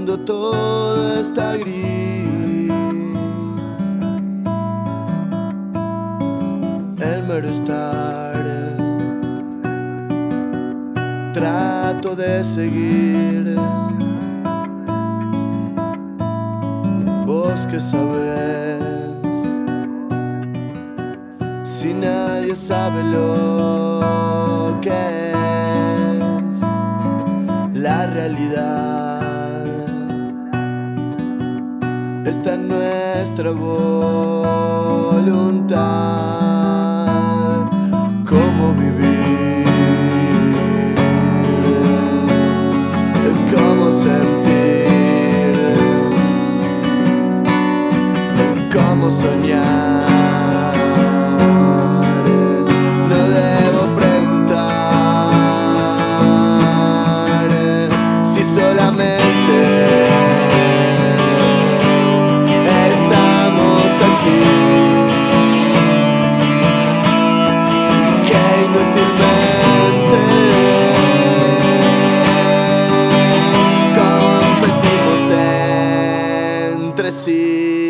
cuando todo está gris. El mero estar, trato de seguir. Vos que sabes, si nadie sabe lo que es la realidad, está en nuestra voluntad. Cómo vivir, cómo sentir, cómo soñar. No debo preguntar si solamente estamos aquí, que inútilmente competimos entre sí.